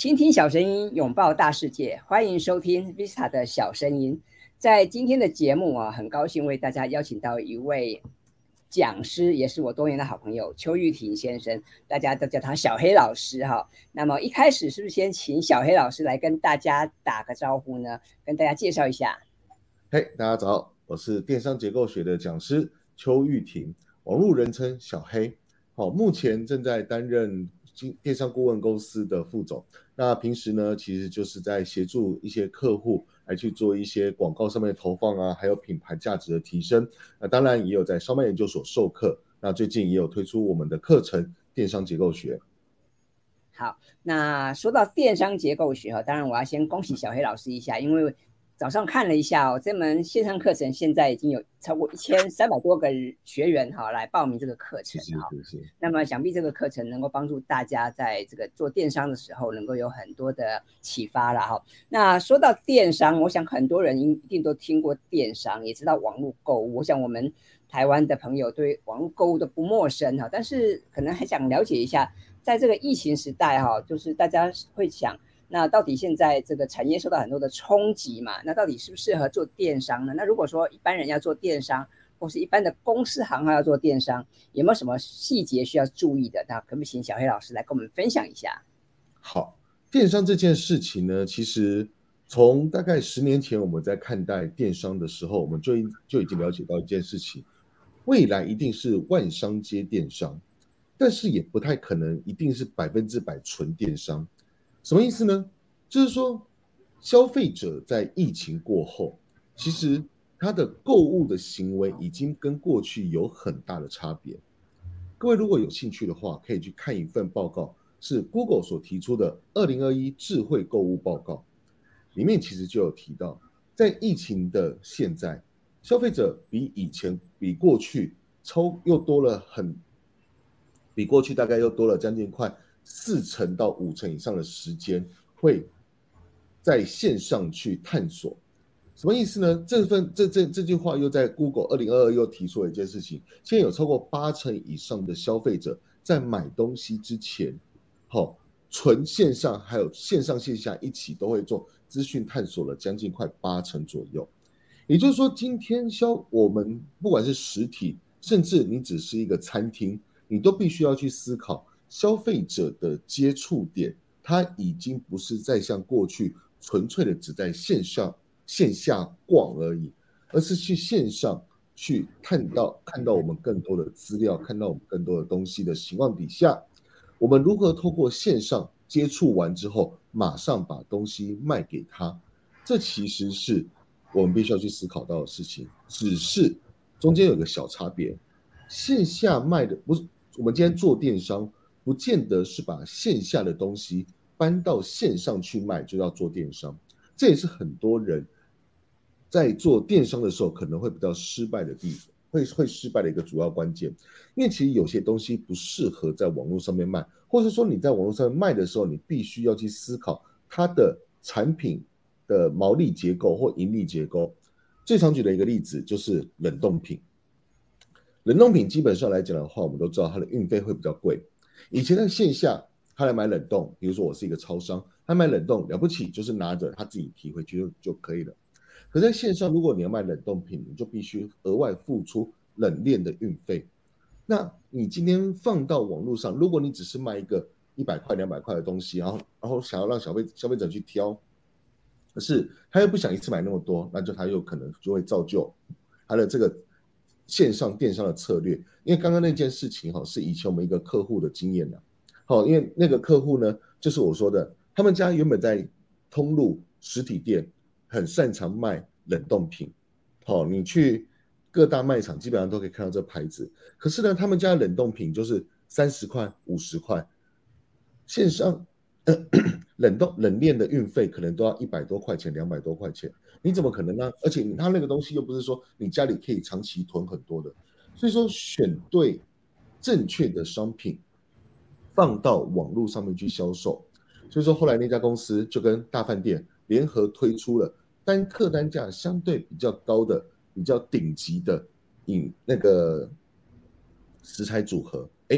倾听小声音，拥抱大世界，欢迎收听 Vista 的小声音。在今天的节目啊，很高兴为大家邀请到一位讲师，也是我多年的好朋友邱玉婷先生，大家都叫他小黑老师哈。那么一开始是不是先请小黑老师来跟大家打个招呼呢？跟大家介绍一下。 嘿，大家早，我是电商结构学的讲师邱玉婷，网络人称小黑。目前正在担任电商顾问公司的副总。那平时呢，其实就是在协助一些客户来去做一些广告上面的投放啊，还有品牌价值的提升。那当然也有在商卖研究所授课。那最近也有推出我们的课程电商结构学。 好，那说到电商结构学当然我要先恭喜小黑老师一下，因为早上看了一下这门线上课程现在已经有超过1300多个学员来报名这个课程。那么想必这个课程能够帮助大家在这个做电商的时候能够有很多的启发啦。那说到电商，我想很多人一定都听过电商，也知道网络购物。我想我们台湾的朋友对网络购物都不陌生但是可能还想了解一下，在这个疫情时代就是大家会想，那到底现在这个产业受到很多的冲击嘛，那到底适不适合做电商呢？那如果说一般人要做电商，或是一般的公司行号要做电商，有没有什么细节需要注意的？那可不可以请小黑老师来跟我们分享一下？ 好，电商这件事情呢，其实从大概10年前我们在看待电商的时候，我们就已经了解到一件事情，未来一定是万商皆电商，但是也不太可能一定是100%纯电商。什么意思呢？就是说消费者在疫情过后，其实他的购物的行为已经跟过去有很大的差别。各位如果有兴趣的话，可以去看一份报告，是 Google 所提出的2021智慧购物报告，里面其实就有提到，在疫情的现在，消费者比过去又多了比过去大概又多了将近快40%到50%以上的时间会在线上去探索。什么意思呢？这句话又在 Google 2022又提出了一件事情，现在有超过80%以上的消费者在买东西之前，纯线上还有线上线下一起都会做资讯探索了将近快80%左右。也就是说，今天我们不管是实体，甚至你只是一个餐厅，你都必须要去思考消费者的接触点，它已经不是再像过去纯粹的只在线下逛而已，而是去线上去看到我们更多的资料，看到我们更多的东西的情况底下，我们如何透过线上接触完之后，马上把东西卖给他，这其实是我们必须要去思考到的事情。只是中间有个小差别，线下卖的不是我们今天做电商，不见得是把线下的东西搬到线上去卖就要做电商。这也是很多人在做电商的时候可能会比较失败的地方，会失败的一个主要关键。因为其实有些东西不适合在网络上面卖，或者说你在网络上面卖的时候，你必须要去思考它的产品的毛利结构或盈利结构。最常举的一个例子就是冷冻品。冷冻品基本上来讲的话，我们都知道它的运费会比较贵。以前在线下他来买冷冻，比如说我是一个超商，他买冷冻了不起就是拿着他自己提回去就可以了。可在线上，如果你要卖冷冻品，你就必须额外付出冷链的运费。那你今天放到网络上，如果你只是卖一个100块、200块的东西，然后想要让消费者去挑，可是他又不想一次买那么多，那他又可能就会造就他的这个线上电商的策略。因为刚刚那件事情是以前我们一个客户的经验因为那个客户呢，就是我说的，他们家原本在通路实体店很擅长卖冷冻品，你去各大卖场基本上都可以看到这牌子。可是呢，他们家的冷冻品就是30块、50块，线上冷链的运费可能都要100多块钱、200多块钱，你怎么可能呢？而且他那个东西又不是说你家里可以长期囤很多的，所以说选对正确的商品放到网络上面去销售。所以说后来那家公司就跟大饭店联合推出了客单价相对比较高的、比较顶级的那个食材组合。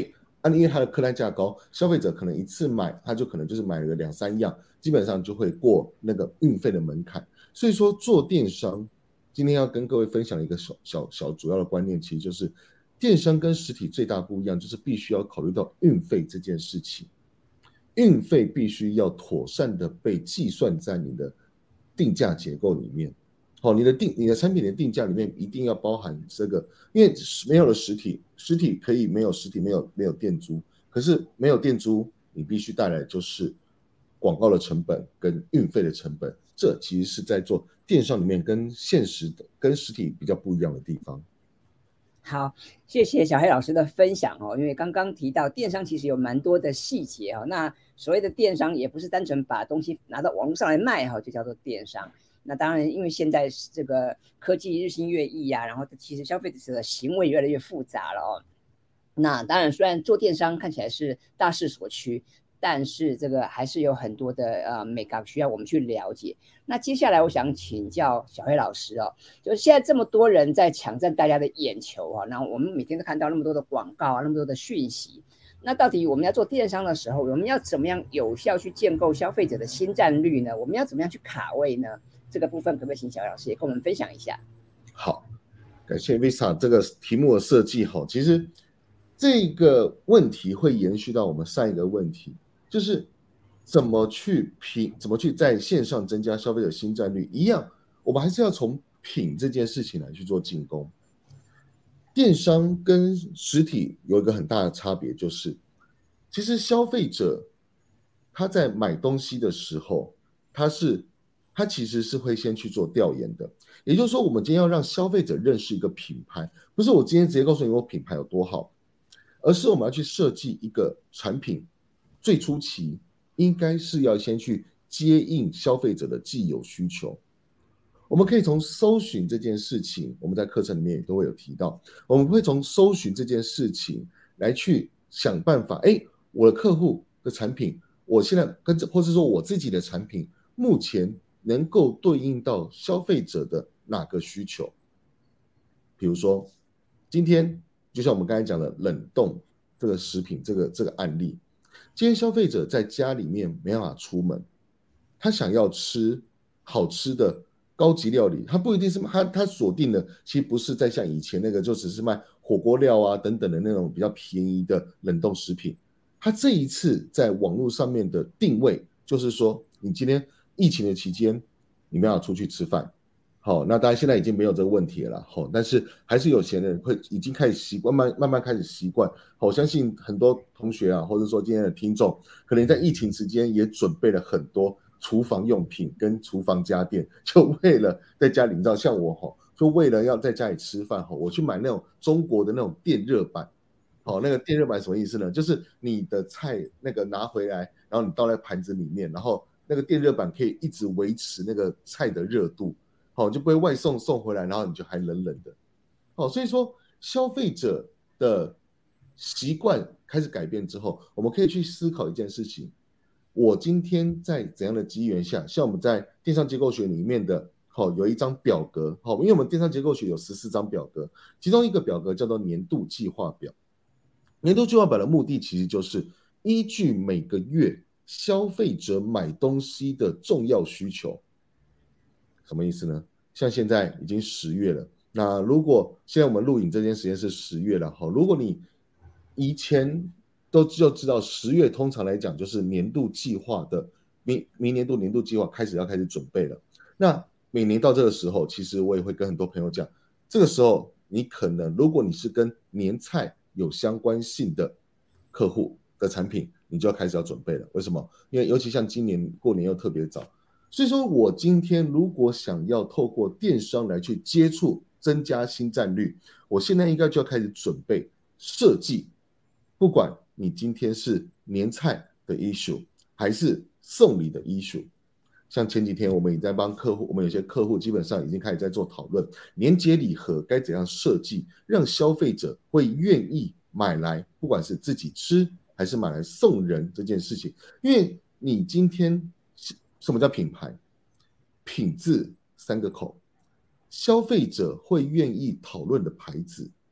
因为它的客单价高，消费者可能一次买，他就可能就是买了2、3样，基本上就会过那个运费的门槛。所以说做电商，今天要跟各位分享一个小主要的观念，其实就是电商跟实体最大不一样，就是必须要考虑到运费这件事情。运费必须要妥善的被计算在你的定价结构里面。好，你的产品的定价里面一定要包含这个，因为没有了实体，实体可以没有实体，没有店租，可是没有店租，你必须带来的就是广告的成本跟运费的成本，这其实是在做电商里面跟现实的跟实体比较不一样的地方。 好，谢谢小黑老师的分享哦。因为刚刚提到电商其实有蛮多的细节哦。那所谓的电商也不是单纯把东西拿到网络上来卖哈，就叫做电商。那当然，因为现在这个科技日新月异啊，然后其实消费者的行为越来越复杂了哦。那当然，虽然做电商看起来是大势所趋，但是这个还是有很多的美感需要我们去了解。那接下来我想请教小黑老师哦，就是现在这么多人在抢占大家的眼球啊，然后我们每天都看到那么多的广告啊，那么多的讯息，那到底我们要做电商的时候，我们要怎么样有效去建构消费者的新占率呢？我们要怎么样去卡位呢？这个部分可不可以请小黑老师也跟我们分享一下？ 好，感谢 Visa 这个题目的设计好，其实这个问题会延续到我们上一个问题，就是怎么去在线上增加消费者新占率一样，我们还是要从品这件事情来去做进攻。电商跟实体有一个很大的差别，就是其实消费者他在买东西的时候，他其实是会先去做调研的。也就是说，我们今天要让消费者认识一个品牌，不是我今天直接告诉你我品牌有多好，而是我们要去设计一个产品，最初期应该是要先去接应消费者的既有需求。我们可以从搜寻这件事情，我们在课程里面也都会有提到，我们会从搜寻这件事情来去想办法，我的客户的产品，我现在或是说我自己的产品，目前能够对应到消费者的哪个需求？比如说，今天就像我们刚才讲的冷冻这个食品这个案例，今天消费者在家里面没办法出门，他想要吃好吃的高级料理，他不一定是他锁定的，其实不是在像以前那个就只是卖火锅料啊等等的那种比较便宜的冷冻食品。他这一次在网络上面的定位，就是说你今天疫情的期间，你没办法出去吃饭。好，那当然现在已经没有这个问题了，好，但是还是有些人会已经开始习惯，慢慢开始习惯。好，我相信很多同学啊，或者说今天的听众，可能在疫情期间也准备了很多厨房用品跟厨房家电，就为了在家里，你知道，像我哈，就为了要在家里吃饭哈，我去买那种中国的那种电热板。好，那个电热板什么意思呢？就是你的菜那个拿回来，然后你倒在盘子里面，然后那个电热板可以一直维持那个菜的热度。好，就不会外送回来，然后你就还冷冷的。好，所以说消费者的习惯开始改变之后，我们可以去思考一件事情：我今天在怎样的机缘下，像我们在电商结构学里面的，有一张表格，因为我们电商结构学有14张表格，其中一个表格叫做年度计划表。年度计划表的目的其实就是依据每个月消费者买东西的重要需求。什么意思呢？像现在已经10月了，那如果现在我们录影这件时间是10月了，如果你以前就知道10月通常来讲就是年度计划的明年度年度计划要开始准备了。那每年到这个时候，其实我也会跟很多朋友讲，这个时候你可能如果你是跟年菜有相关性的客户的产品，你就要开始要准备了。为什么？因为尤其像今年过年又特别早。所以说我今天如果想要透过电商来去接触增加新占率，我现在应该就要开始准备设计，不管你今天是年菜的 issue 还是送礼的 issue。像前几天我们也在帮客户，我们有些客户基本上已经开始在做讨论，年节礼盒该怎样设计，让消费者会愿意买来，不管是自己吃还是买来送人这件事情。因为你今天什么叫品牌？品字3个口，消费者会愿意讨论的牌子，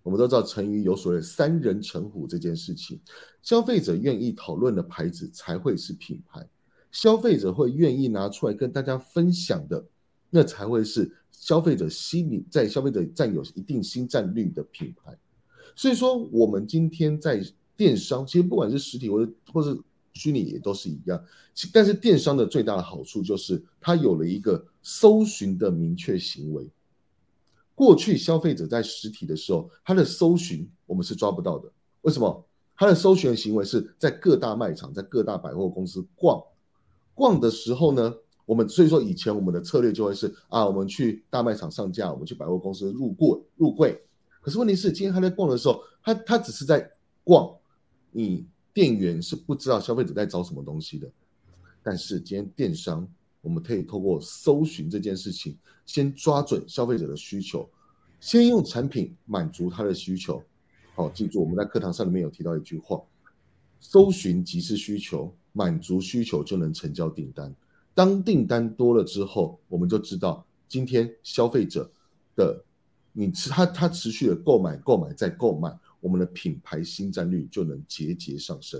我们都知道成语有所谓三人成虎这件事情，消费者愿意讨论的牌子才会是品牌，消费者会愿意拿出来跟大家分享的，那才会是消费者心里在消费者占有一定新占率的品牌。所以说，我们今天在电商，其实不管是实体或是虚拟也都是一样，但是电商的最大的好处就是它有了一个搜寻的明确行为。过去消费者在实体的时候，他的搜寻我们是抓不到的，为什么？他的搜寻的行为是在各大卖场、在各大百货公司逛的时候呢，所以说以前我们的策略就会是我们去大卖场上架，我们去百货公司入柜。可是问题是，今天他在逛的时候，他只是在逛，你店员是不知道消费者在找什么东西的。但是今天电商，我们可以透过搜寻这件事情，先抓准消费者的需求，先用产品满足他的需求。好，记住我们在课堂上里面有提到一句话：搜寻即是需求，满足需求就能成交订单。当订单多了之后，我们就知道今天消费者的他持续的购买再购买，我们的品牌新占率就能节节上升。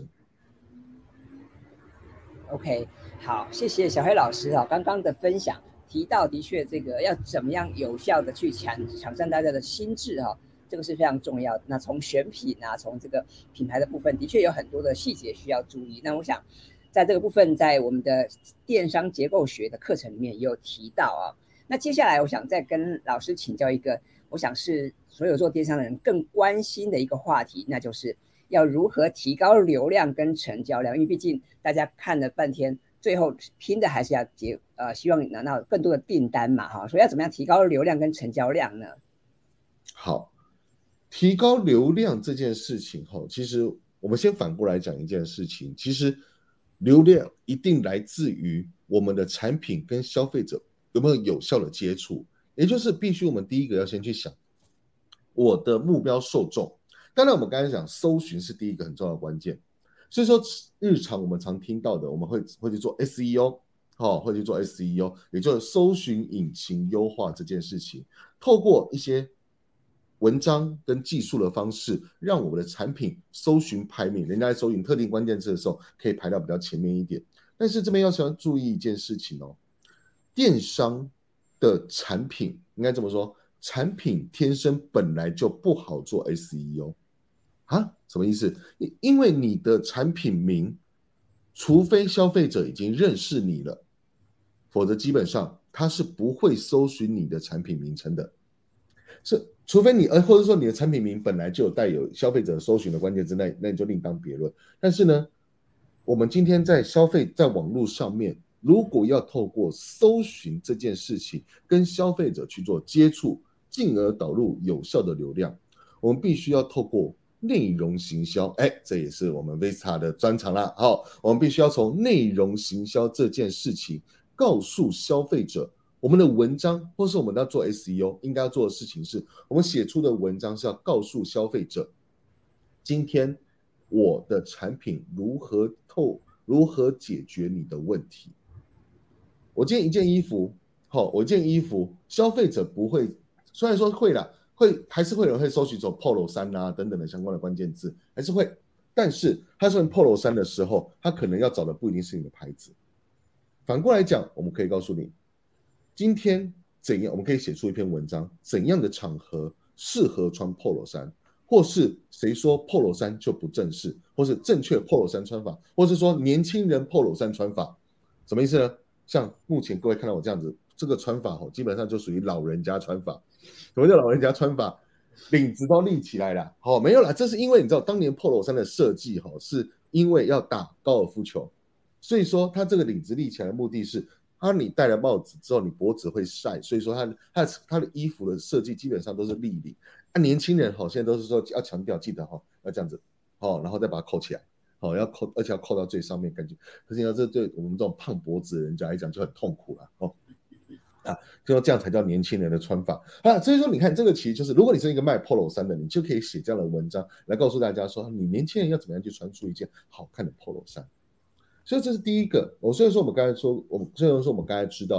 OK， 好，谢谢小黑老师刚刚的分享提到，的确这个要怎么样有效的去抢占大家的心智这个是非常重要的。那从选品从这个品牌的部分，的确有很多的细节需要注意。那我想在这个部分，在我们的电商结构学的课程里面也有提到那接下来我想再跟老师请教一个，我想是所有做电商的人更关心的一个话题，那就是要如何提高流量跟成交量。因为毕竟大家看了半天，最后拼的还是要希望拿到更多的订单嘛所以要怎么样提高流量跟成交量呢？ 好，提高流量这件事情其实我们先反过来讲一件事情，其实流量一定来自于我们的产品跟消费者有没有有效的接触，也就是必须我们第一个要先去想我的目标受众。当然我们刚才讲搜寻是第一个很重要的关键，所以说日常我们常听到的，我们会去做 SEO，会去做 SEO， 也就是搜寻引擎优化这件事情，透过一些文章跟技术的方式，让我们的产品搜寻排名，人家在搜寻特定关键字的时候可以排到比较前面一点。但是这边要注意一件事情电商的产品应该这么说，产品天生本来就不好做 SEO 什么意思？因为你的产品名，除非消费者已经认识你了，否则基本上他是不会搜寻你的产品名称的。除非你或者说你的产品名本来就有带有消费者搜寻的关键字，那你就另当别论。但是呢，我们今天在网络上面，如果要透过搜寻这件事情跟消费者去做接触，进而导入有效的流量，我们必须要透过内容行销。这也是我们 Vista 的专长啦。我们必须要从内容行销这件事情告诉消费者，我们的文章或是我们要做 SEO 应该要做的事情是，我们写出的文章是要告诉消费者，今天我的产品如何解决你的问题。我今天一件衣服，消费者不会，虽然说会啦，还是会有人会搜寻走 Polo 衫等等的相关的关键字，还是会，但是他搜寻 Polo 衫的时候，他可能要找的不一定是你的牌子。反过来讲，我们可以告诉你，今天怎样，我们可以写出一篇文章，怎样的场合适合穿 Polo 衫，或是谁说 Polo 衫就不正式，或是正确 Polo 衫穿法，或是说年轻人 Polo 衫穿法，什么意思呢？像目前各位看到我这样子，这个穿法基本上就属于老人家穿法。什么叫老人家穿法？领子都立起来了，没有啦，这是因为你知道当年 Polo 衫的设计是因为要打高尔夫球，所以说它这个领子立起来的目的是，你戴了帽子之后你脖子会晒，所以说它的衣服的设计基本上都是立领。年轻人现在都是说要强调，记得要这样子然后再把它扣起来。要扣，而且要扣到最上面，感觉。可是这对我们这种胖脖子的人家来讲就很痛苦了就说这样才叫年轻人的穿法所以说你看这个其实就是，如果你是一个卖 Polo 衫的，你就可以写这样的文章来告诉大家说，你年轻人要怎么样去穿出一件好看的 Polo 衫。所以这是第一个。虽然说我们刚才知道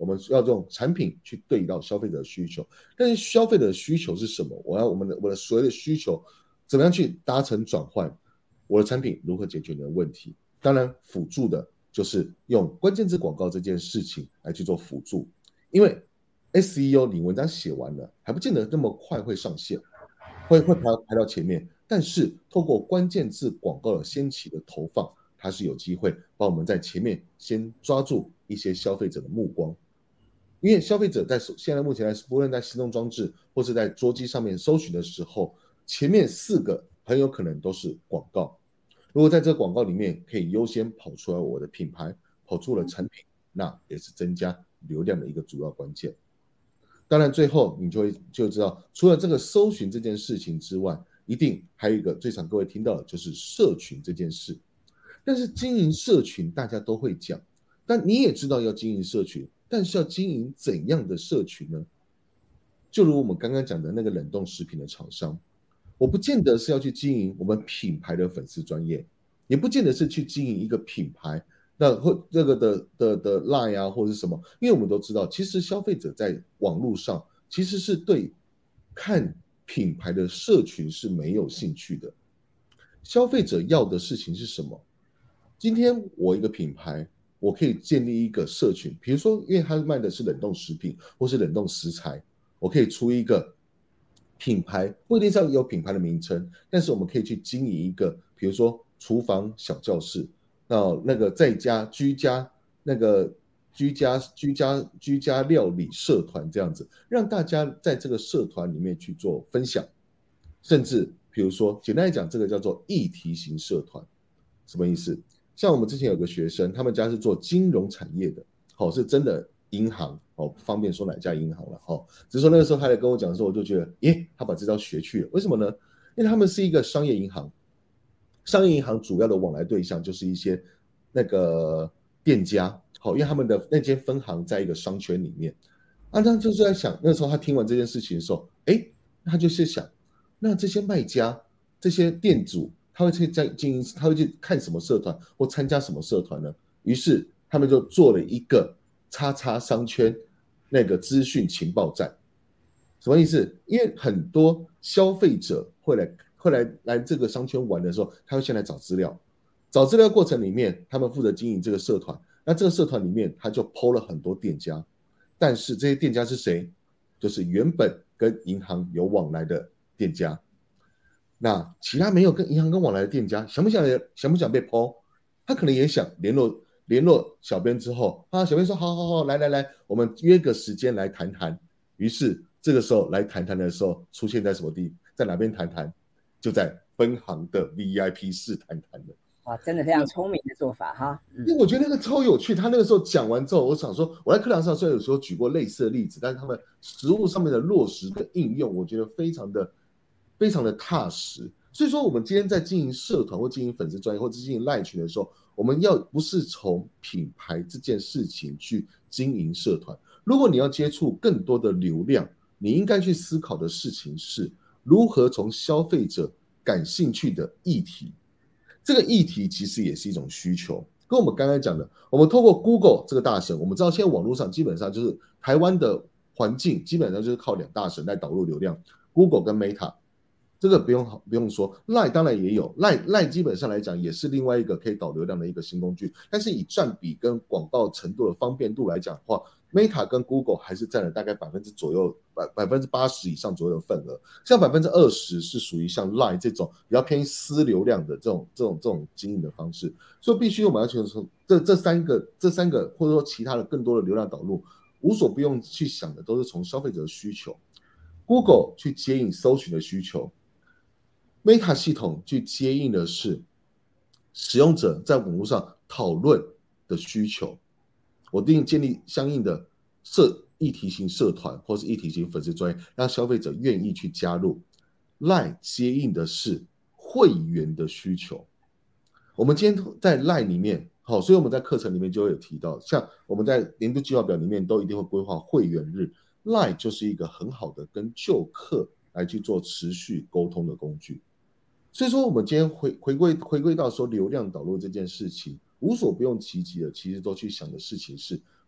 我们要用产品去对到消费者的需求。但是消费者的需求是什么？我的所谓的需求怎么样去达成转换？我的产品如何解决你的问题？当然，辅助的就是用关键字广告这件事情来去做辅助，因为 SEO 你文章写完了，还不见得那么快会上线，会排到前面。但是透过关键字广告的先期的投放，它是有机会帮我们在前面先抓住一些消费者的目光。因为消费者在现在目前不论在行动装置或是在桌机上面搜寻的时候，前面4个很有可能都是广告。如果在这个广告里面可以优先跑出来我的品牌，跑出了产品，那也是增加流量的一个主要关键。当然，最后你就知道，除了这个搜寻这件事情之外，一定还有一个最常各位听到的就是社群这件事。但是经营社群大家都会讲，但你也知道要经营社群，但是要经营怎样的社群呢？就如我们刚刚讲的那个冷冻食品的厂商，我不见得是要去经营我们品牌的粉丝专业，也不见得是去经营一个品牌，那或这个的 line 啊或者是什么，因为我们都知道，其实消费者在网络上其实是对看品牌的社群是没有兴趣的。消费者要的事情是什么？今天我一个品牌，我可以建立一个社群，比如说，因为他卖的是冷冻食品或是冷冻食材，我可以出一个品牌，不一定是要有品牌的名称，但是我们可以去经营一个，比如说厨房小教室，那个在家居家那个居家料理社团这样子，让大家在这个社团里面去做分享，甚至比如说简单来讲，这个叫做议题型社团，什么意思？像我们之前有个学生，他们家是做金融产业的，是真的银行，不方便说哪家银行了，只是说那个时候他来跟我讲的时候，我就觉得，他把这招学去了，为什么呢？因为他们是一个商业银行，商业银行主要的往来对象就是一些那个店家，因为他们的那间分行在一个商圈里面，他就是在想，那时候他听完这件事情的时候，他就是想，那这些卖家、这些店主，他会去在经营，他会去看什么社团或参加什么社团呢？于是他们就做了一个叉叉商圈那个资讯情报站。什么意思？因为很多消费者会来这个商圈玩的时候，他会先来找资料，找资料过程里面，他们负责经营这个社团。那这个社团里面，他就 PO 了很多店家，但是这些店家是谁？就是原本跟银行有往来的店家。那其他没有跟银行跟往来的店家，想不想被 PO？他可能也想联络小编之后，小编说好，来，我们约个时间来谈谈。于是这个时候来谈谈的时候，出现在什么地？在哪边谈谈？就在分行的 VIP 室谈谈的。 哇，真的非常聪明的做法哈。 因为我觉得那个超有趣。他那个时候讲完之后，我想说，我在课堂上虽然有时候举过类似的例子，但是他们实务上面的落实跟应用，我觉得非常的踏实。所以说，我们今天在经营社团或经营粉丝专页或者经营赖群的时候，我们要不是从品牌这件事情去经营社团。如果你要接触更多的流量，你应该去思考的事情是如何从消费者感兴趣的议题，这个议题其实也是一种需求。跟我们刚才讲的，我们透过 Google 这个大神，我们知道现在网络上基本上就是台湾的环境基本上就是靠2大神来导入流量， Google 跟 Meta。这个不用说， Line 当然也有， Line 基本上来讲也是另外一个可以导流量的一个新工具，但是以占比跟广告程度的方便度来讲的话， Meta 跟 Google 还是占了大概80%以上左右的份额，像20%是属于像 Line 这种比较偏私流量的这种经营的方式。所以必须我们要去说这三个或者说其他的更多的流量导入，无所不用去想的都是从消费者的需求， Google 去接应搜寻的需求，Meta 系统去接应的是使用者在网络上讨论的需求，我建立相应的议题型社团或是议题型粉丝专页，让消费者愿意去加入。Line 接应的是会员的需求。我们今天在 Line 里面，所以我们在课程里面就会有提到，像我们在年度计划表里面都一定会规划会员日， Line 就是一个很好的跟旧客来去做持续沟通的工具。所以说我们今天回归到说流量导入这件事情，无所不用其极的其实都去想的事情是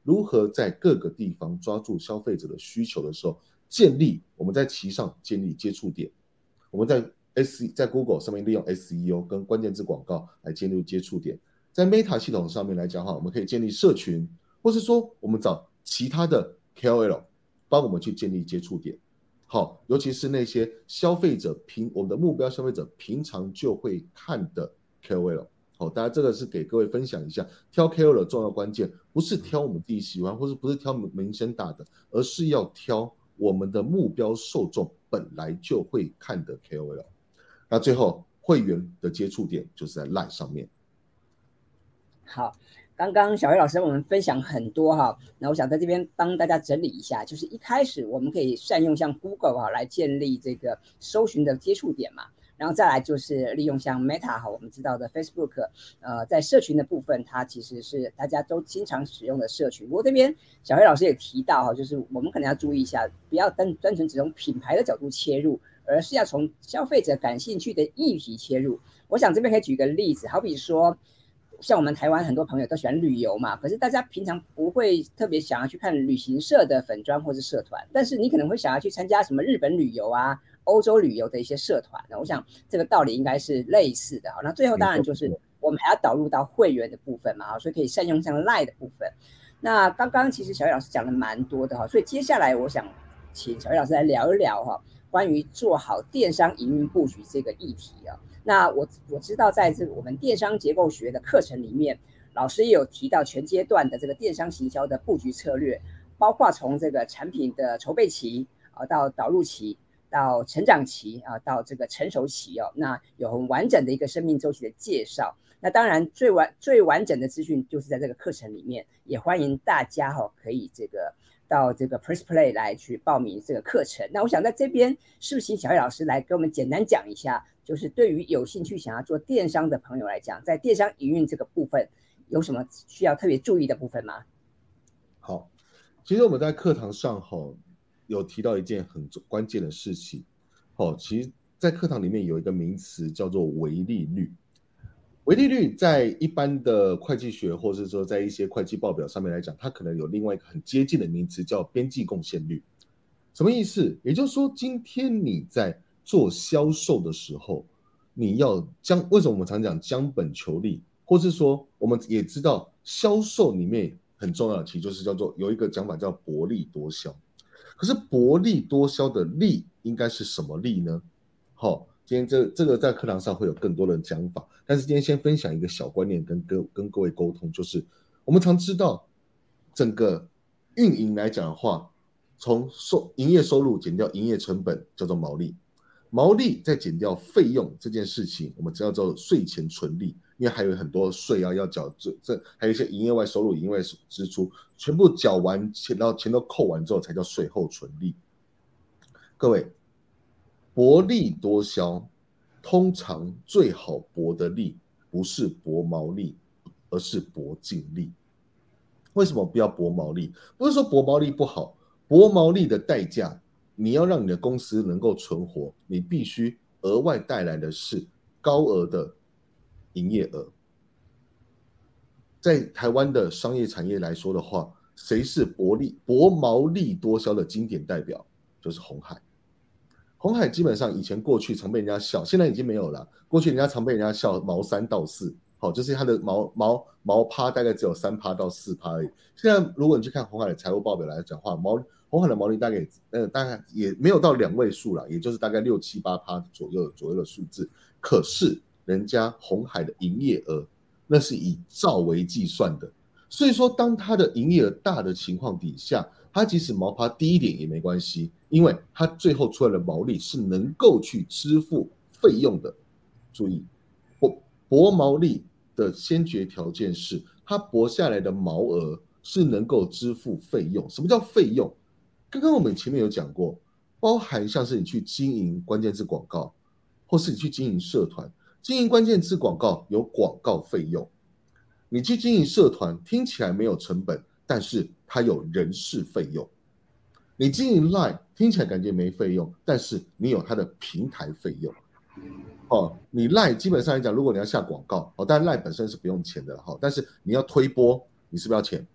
如何在各个地方抓住消费者的需求的时候，我们在其上建立接触点，我们在 Google 上面利用 SEO 跟关键字广告来建立接触点，在 Meta 系统上面来讲的话，我们可以建立社群，或是说我们找其他的 KOL 帮我们去建立接触点。好，尤其是那些我们的目标消费者平常就会看的 KOL。好，大家这个是给各位分享一下，挑 KOL 的重要关键，不是挑我们自己喜欢，或是不是挑名声大的，而是要挑我们的目标受众本来就会看的 KOL。那最后会员的接触点就是在 LINE 上面。 好，刚刚小黑老师我们分享很多哈，那我想在这边帮大家整理一下，就是一开始我们可以善用像 Google 哈来建立这个搜寻的接触点嘛，然后再来就是利用像 Meta 哈，我们知道的 Facebook，在社群的部分，它其实是大家都经常使用的社群。不过这边小黑老师也提到哈，就是我们可能要注意一下，不要单纯只从品牌的角度切入，而是要从消费者感兴趣的议题切入。我想这边可以举个例子，好比说，像我们台湾很多朋友都喜欢旅游嘛，可是大家平常不会特别想要去看旅行社的粉专或是社团，但是你可能会想要去参加什么日本旅游啊、欧洲旅游的一些社团。我想这个道理应该是类似的。好，那最后当然就是我们还要导入到会员的部分嘛，所以可以善用像 LINE 的部分。那刚刚其实小叶老师讲了蛮多的哈，所以接下来我想请小叶老师来聊一聊哈，关于做好电商营运布局这个议题啊。那我知道在这个我们电商结构学的课程里面，老师也有提到全阶段的这个电商行销的布局策略，包括从这个产品的筹备期到导入期，到成长期到这个成熟期哦，那有很完整的一个生命周期的介绍。那当然最完整的资讯就是在这个课程里面，也欢迎大家可以到这个 Press Play 来去报名这个课程。那我想在这边是不是请小叶老师来跟我们简单讲一下，就是对于有兴趣想要做电商的朋友来讲，在电商营运这个部分有什么需要特别注意的部分吗？ 好，其实我们在课堂上有提到一件很关键的事情。其实在课堂里面有一个名词叫做微利率。微利率在一般的会计学，或者说在一些会计报表上面来讲，它可能有另外一个很接近的名词叫边际贡献率。什么意思？也就是说，今天你在做销售的时候，你要为什么我们常讲将本求利，或是说我们也知道销售里面很重要的其实就是叫做有一个讲法叫薄利多销。可是薄利多销的利应该是什么利呢？今天这个在课堂上会有更多的讲法，但是今天先分享一个小观念跟各位沟通，就是我们常知道整个运营来讲的话，从营业收入减掉营业成本叫做毛利，毛利再减掉费用这件事情，我们叫做税前纯利，因为还有很多税要缴，还有一些营业外收入、营业外支出，全部缴完钱都扣完之后才叫税后纯利。各位，薄利多销，通常最好薄的利不是薄毛利，而是薄净利。为什么不要薄毛利？不是说薄毛利不好，薄毛利的代价，你要让你的公司能够存活，你必须额外带来的是高额的营业额。在台湾的商业产业来说的话，谁是薄毛利多销的经典代表？就是鸿海。鸿海基本上以前过去常被人家笑，现在已经没有了。过去人家常被人家笑毛3到4，就是它的毛趴大概只有3%到4%而已。现在如果你去看鸿海的财务报表来讲的话，鸿海的毛利大概也没有到2位数了，也就是大概6、7、8%左右的数字。可是人家鸿海的营业额那是以兆为计算的，所以说当它的营业额大的情况底下，它即使毛趴低一点也没关系，因为它最后出来的毛利是能够去支付费用的。注意，薄毛利的先决条件是它薄下来的毛额是能够支付费用。什么叫费用？刚刚我们前面有讲过，包含像是你去经营关键字广告，或是你去经营社团，经营关键字广告有广告费用，你去经营社团听起来没有成本，但是它有人事费用。你经营 LINE 听起来感觉没费用，但是你有它的平台费用。你 LINE 基本上来讲，如果你要下广告，当然 LINE 本身是不用钱的，但是你要推播，你是不是要钱？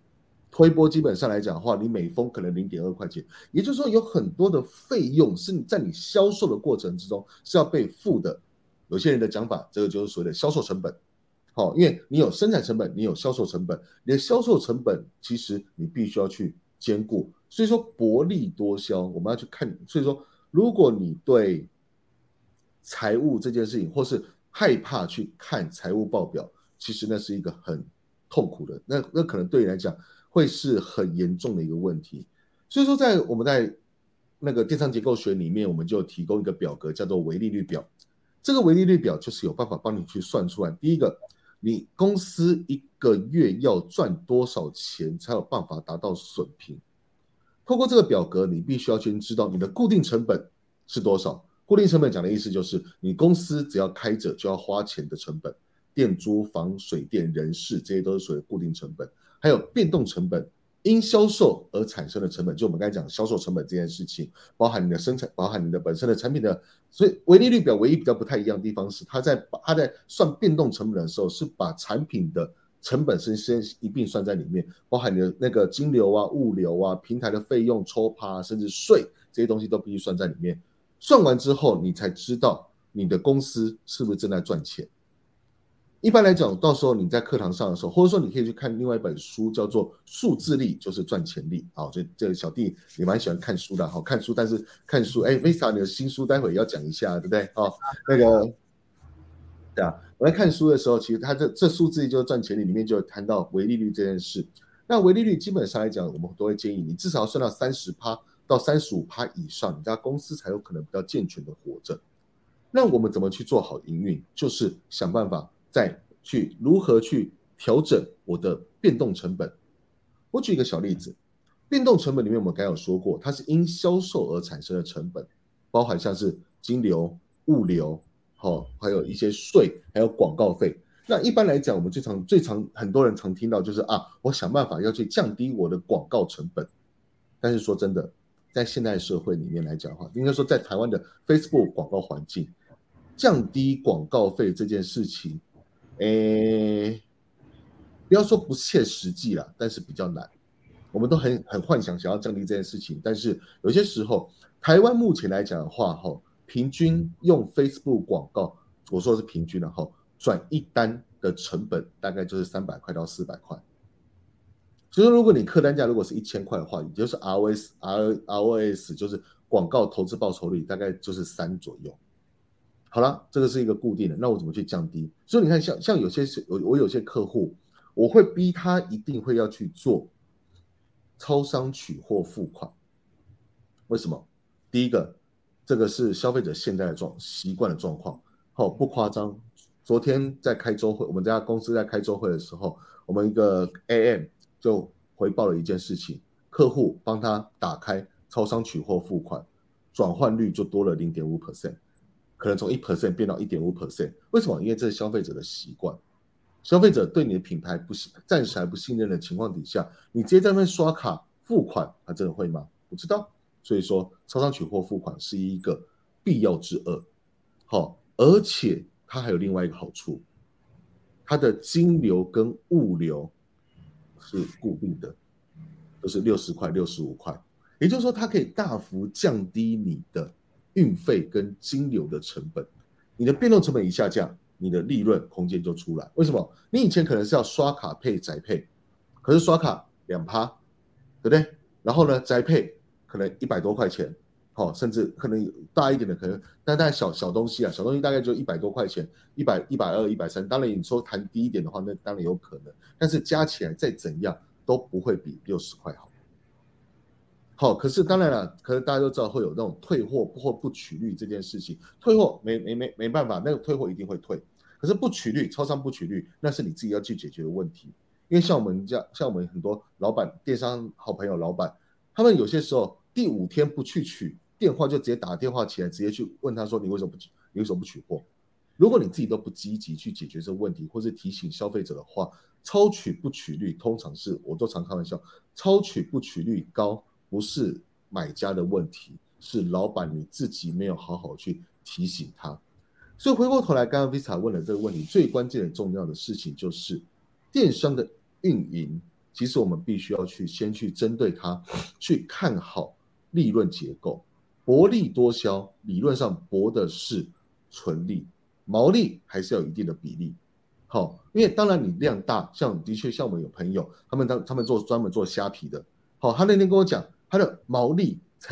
推播基本上来讲的话，你每封可能0.2块钱，也就是说有很多的费用是在你销售的过程之中是要被付的。有些人的讲法，这个就是所谓的销售成本。好，因为你有生产成本，你有销售成本，你的销售成本其实你必须要去兼顾。所以说薄利多销，我们要去看。所以说，如果你对财务这件事情，或是害怕去看财务报表，其实那是一个很痛苦的，那可能对你来讲会是很严重的一个问题。所以说，我们在那个电商结构学里面，我们就提供一个表格，叫做微利率表。这个微利率表就是有办法帮你去算出来，第一个，你公司一个月要赚多少钱才有办法达到损平。透过这个表格，你必须要先知道你的固定成本是多少。固定成本讲的意思就是，你公司只要开着就要花钱的成本，店租、房、水电、人事，这些都是属于固定成本。还有变动成本，因销售而产生的成本，就我们刚才讲销售成本这件事情，包含你的生产，包含你的本身的产品的。所以微利率表唯一比较不太一样的地方是，它在算变动成本的时候，是把产品的成本先一并算在里面，包含你的那个金流啊、物流啊、平台的费用、抽趴，甚至税这些东西都必须算在里面。算完之后，你才知道你的公司是不是正在赚钱。一般来讲，到时候你在课堂上的时候，或者说你可以去看另外一本书，叫做《数字力就是赚钱力》。好，所以这个小弟也蛮喜欢看书的，好看书，但是看书，Vista 你的新书待会要讲一下，对不对？哦，那个，对啊，我在看书的时候，其实它这数字力就是赚钱力里面就有谈到微利率这件事。那微利率基本上来讲，我们都会建议你至少要算到30%到35%以上，你家公司才有可能比较健全的活着。那我们怎么去做好营运？就是想办法再去如何去调整我的变动成本。我举一个小例子，变动成本里面我们刚才有说过，它是因销售而产生的成本，包含像是金流、物流，还有一些税，还有广告费。那一般来讲，我们最常很多人常听到就是我想办法要去降低我的广告成本。但是说真的，在现代社会里面来讲的话，应该说在台湾的 Facebook 广告环境，降低广告费这件事情，不要说不切实际啦，但是比较难。我们都很幻想要降低这件事情，但是有些时候，台湾目前来讲的话，平均用 Facebook 广告，我说的是平均的转一单的成本大概就是300块到400块。所以说，如果你客单价如果是1000块的话，也就是 ROS 就是广告投资报酬率大概就是3左右。好了，这个是一个固定的，那我怎么去降低？所以你看像我有些客户，我会逼他一定会要去做超商取货付款。为什么？第一个，这个是消费者现在的习惯的状况。不夸张。昨天在开周会，我们这家公司在开周会的时候，我们一个 AM 就回报了一件事情，客户帮他打开超商取货付款，转换率就多了0.5%，可能从1% 变到1.5%。为什么？因为这是消费者的习惯。消费者对你的品牌暂时还不信任的情况底下，你直接在那边刷卡付款，他真的会吗？不知道。所以说，超商取货付款是一个必要之恶。而且它还有另外一个好处，它的金流跟物流是固定的，都是60块、65块，也就是说，它可以大幅降低你的运费跟金流的成本。你的变动成本一下降，你的利润空间就出来。为什么？你以前可能是要刷卡配宅配，可是刷卡2%，对不对？然后呢，宅配可能100多块钱，甚至可能大一点的可能，但大概小东西小东西大概就100多块钱，100、120、130。当然你说谈低一点的话，那当然有可能，但是加起来再怎样都不会比60块好。可是当然了，可是大家都知道会有那种退货或不取率这件事情。退货没办法，那个退货一定会退。可是不取率，超商不取率，那是你自己要去解决的问题。因为像我们很多老板、电商好朋友、老板，他们有些时候第5天不去取电话，就直接打电话起来，直接去问他说：“你为什么不取货？”如果你自己都不积极去解决这个问题，或是提醒消费者的话，超取不取率通常是，我都常开玩笑，超取不取率高不是买家的问题，是老板你自己没有好好去提醒他。所以回过头来，刚刚 Vista 问了这个问题，最关键的重要的事情就是电商的运营， 其实我们必须要先去针对它，去看好利润结构。薄利多销，理论上薄的是纯利，毛利还是要有一定的比例。好，因为当然你量大，的确像我们有朋友，他们专门做虾皮的，好，他那天跟我讲，他的毛利才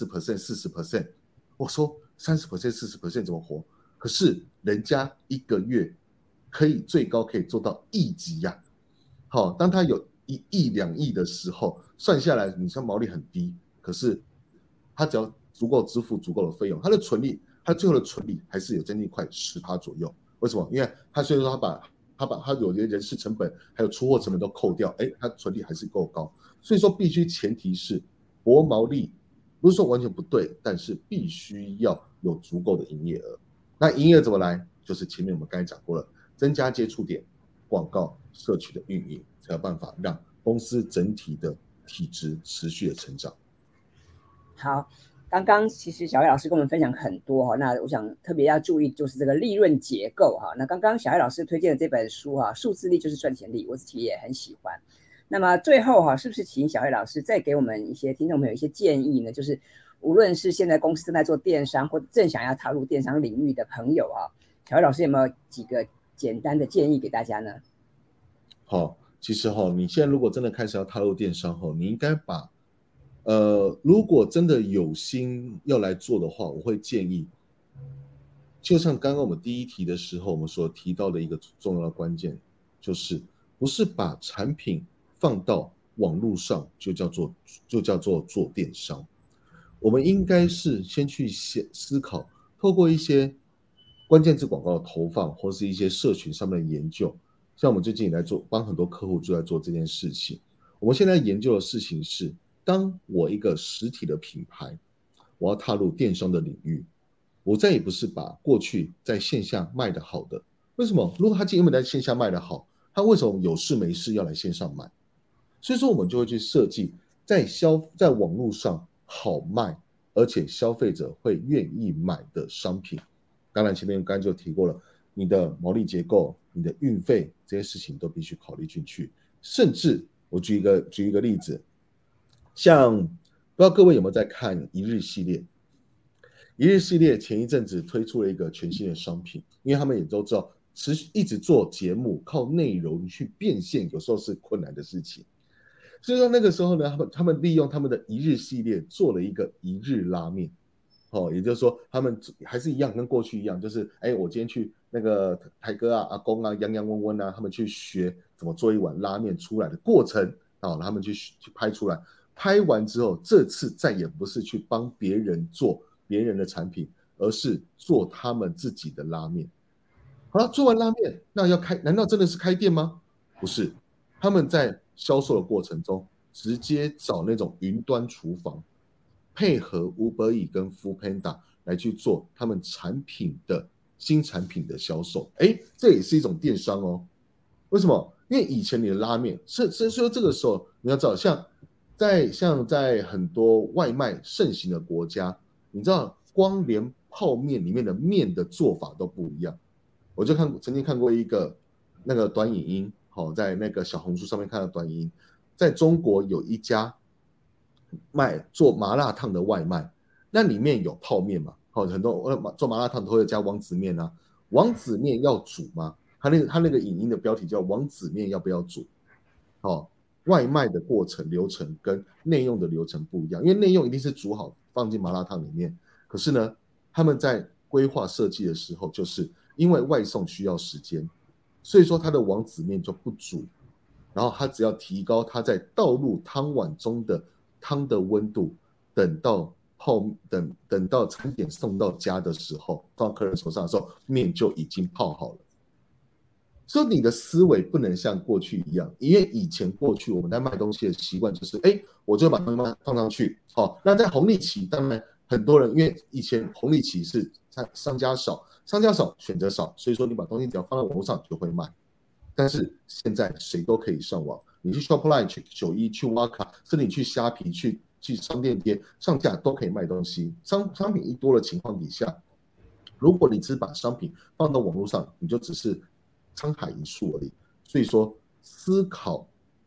30%、40%，我说30%、40%怎么活？可是人家一个月最高可以做到亿级呀。好，当他有1亿、2亿的时候，算下来，你像毛利很低，可是他只要足够支付足够的费用，他最后的纯利还是有将近快10%左右。为什么？因为所以说他有些人事成本还有出货成本都扣掉，他纯利还是够高。所以说必须前提是薄毛利，不是说完全不对，但是必须要有足够的营业额。那营业额怎么来？就是前面我们刚才讲过了，增加接触点、广告、社区的运营，才有办法让公司整体的体质持续的成长。 好，刚刚其实小艾老师跟我们分享很多哈，那我想特别要注意就是这个利润结构哈。那刚刚小艾老师推荐的这本书哈，数字力就是赚钱力，我自己也很喜欢。那么最后哈，是不是请小艾老师再给我们一些听众朋友一些建议呢？就是无论是现在公司正在做电商，或者正想要踏入电商领域的朋友啊，小艾老师有没有几个简单的建议给大家呢？ 好，其实你现在如果真的开始要踏入电商你应该把如果真的有心要来做的话，我会建议，就像刚刚我们第一题的时候，我们所提到的一个重要的关键，就是不是把产品放到网络上就叫做做电商，我们应该是先去思考，透过一些关键字广告的投放，或是一些社群上面的研究，像我们最近也在帮很多客户就在做这件事情。我们现在研究的事情是，当我一个实体的品牌，我要踏入电商的领域，我再也不是把过去在线下卖的好的，为什么？如果他原本在线下卖的好，他为什么有事没事要来线上买？所以说我们就会去设计在网络上好卖，而且消费者会愿意买的商品。当然前面刚才就提过了，你的毛利结构、你的运费这些事情都必须考虑进去。甚至我举一个例子，像不知道各位有没有在看一日系列？一日系列前一阵子推出了一个全新的商品，因为他们也都知道，一直做节目靠内容去变现，有时候是困难的事情。所以说那个时候呢，他们利用他们的一日系列做了一个一日拉面。也就是说他们还是一样跟过去一样，就是我今天去那个台哥啊、阿公啊、洋洋温温啊，他们去学怎么做一碗拉面出来的过程，他们去拍出来。拍完之后，这次再也不是去帮别人做别人的产品，而是做他们自己的拉面。好了，做完拉面，那难道真的是开店吗？不是，他们在销售的过程中，直接找那种云端厨房，配合 Uber Eats 跟 Foodpanda 来去做他们新产品的销售。这也是一种电商哦。为什么？因为以前你的拉面是说这个时候你要知道，像在很多外卖盛行的国家，你知道光连泡面里面的面的做法都不一样。我就曾经看过一个那个短影音，在那个小红书上面看到短影音，在中国有一家做麻辣烫的外卖，那里面有泡面嘛，很多做麻辣烫都会加王子面啊，王子面要煮吗？他那个影音的标题叫王子面要不要煮？外卖的过程流程跟内用的流程不一样，因为内用一定是煮好放进麻辣烫里面，可是呢，他们在规划设计的时候，就是因为外送需要时间，所以说他的王子面就不煮，然后他只要提高他在倒入汤碗中的汤的温度，等到餐点送到家的时候，到客人手上的时候，面就已经泡好了。所以你的思维不能像过去一样，因为过去我们在卖东西的习惯就是，我就把东西放上去。那在红利期，当然很多人因为以前红利期是商家少选择少，所以说你把东西只要放在网络上就会卖。但是现在谁都可以上网，你去 Shopline、去91、去挖卡，甚至你去虾皮、去商店街上架都可以卖东西。商品一多的情况底下，如果你只把商品放到网络上，你就只是沧海一粟而已。所以说，思考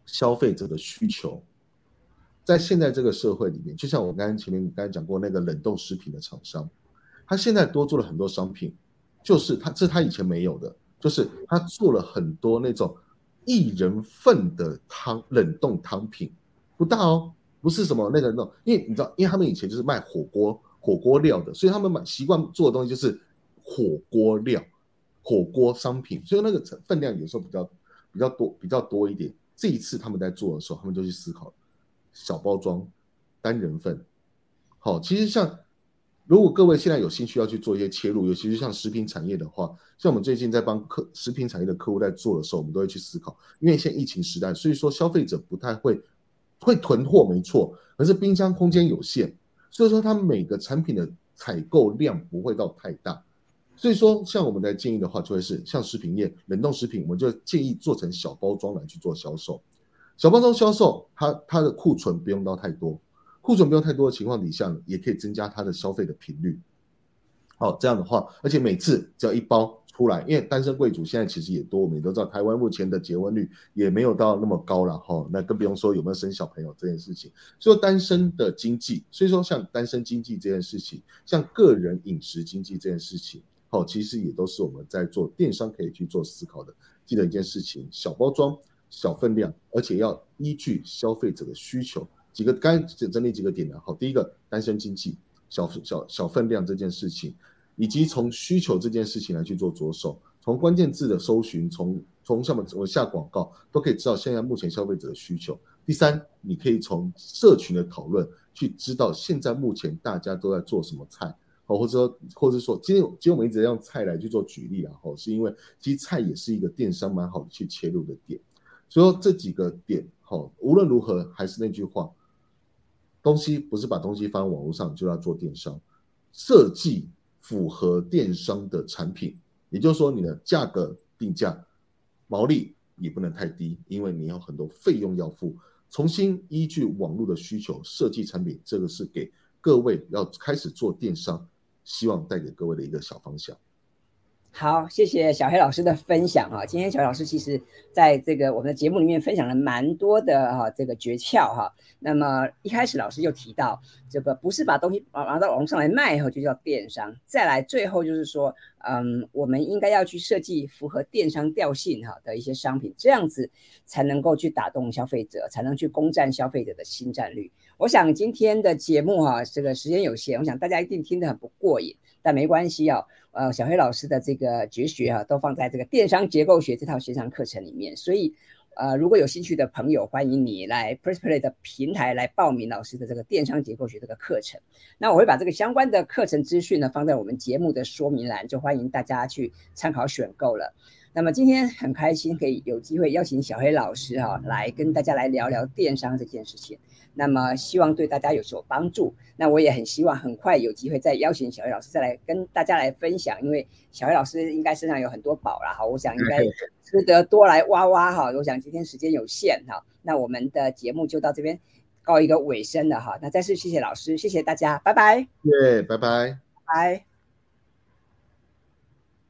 消费者的需求。在现在这个社会里面，就像我前面讲过那个冷冻食品的厂商，他现在多做了很多商品，就是这是他以前没有的，就是他做了很多那种1人份的冷冻汤品，不大哦，不是什么那种，因为你知道，因为他们以前就是卖火锅料的，所以他们习惯做的东西就是火锅料、火锅商品，所以那个分量有时候比较多一点。这一次他们在做的时候，他们就去思考小包装、单人份。好，其实像如果各位现在有兴趣要去做一些切入，尤其是像食品产业的话，像我们最近在帮食品产业的客户在做的时候，我们都会去思考，因为现在疫情时代，所以说消费者不太会囤货，没错，可是冰箱空间有限，所以说它每个产品的采购量不会到太大。所以说，像我们的建议的话，就会是像食品业冷冻食品，我们就建议做成小包装来去做销售。小包装销售，它的库存不用到太多，库存不用太多的情况底下呢，也可以增加它的消费的频率。好，这样的话，而且每次只要一包出来，因为单身贵族现在其实也多，我们也都知道，台湾目前的结婚率也没有到那么高了哈，那更不用说有没有生小朋友这件事情。所以单身的经济，所以说像单身经济这件事情，像个人饮食经济这件事情，好，其实也都是我们在做电商可以去做思考的。记得一件事情，小包装、小分量，而且要依据消费者的需求。刚才整理几个点了，好，第一个单身经济。小分量这件事情，以及从需求这件事情来去做着手，从关键字的搜寻，从上面我下广告，都可以知道现在目前消费者的需求。第三，你可以从社群的讨论去知道现在目前大家都在做什么菜，或者说今天我们一直用菜来去做举例啦，是因为其实菜也是一个电商蛮好的去切入的点。所以说这几个点，无论如何还是那句话。东西不是把东西放网络上就要做电商，设计符合电商的产品，也就是说你的价格定价毛利也不能太低，因为你有很多费用要付，重新依据网络的需求设计产品，这个是给各位要开始做电商希望带给各位的一个小方向。 好，谢谢小黑老师的分享哈。今天小黑老师其实在这个我们的节目里面分享了蛮多的这个诀窍哈。那么一开始老师就提到，这个不是把东西拿到网上来卖后就叫电商。再来最后就是说，我们应该要去设计符合电商调性哈的一些商品，这样子才能够去打动消费者，才能去攻占消费者的新战略。我想今天的节目哈，这个时间有限，我想大家一定听得很不过瘾。但没关系啊，小黑老师的这个绝学啊，都放在这个电商结构学这套线上课程里面，所以如果有兴趣的朋友，欢迎你来 PressPlay 的平台来报名老师的这个电商结构学这个课程。那我会把这个相关的课程资讯呢放在我们节目的说明栏，就欢迎大家去参考选购了。那么今天很开心可以有机会邀请小黑老师来跟大家来聊聊电商这件事情。那么希望对大家有所帮助。那我也很希望很快有机会再邀请小黑老师再来跟大家来分享，因为小黑老师应该身上有很多宝啦，我想应该值得多来挖挖哈。我想今天时间有限哈，那我们的节目就到这边告一个尾声了哈。那再次谢谢老师，谢谢大家，拜拜。 拜拜。 拜。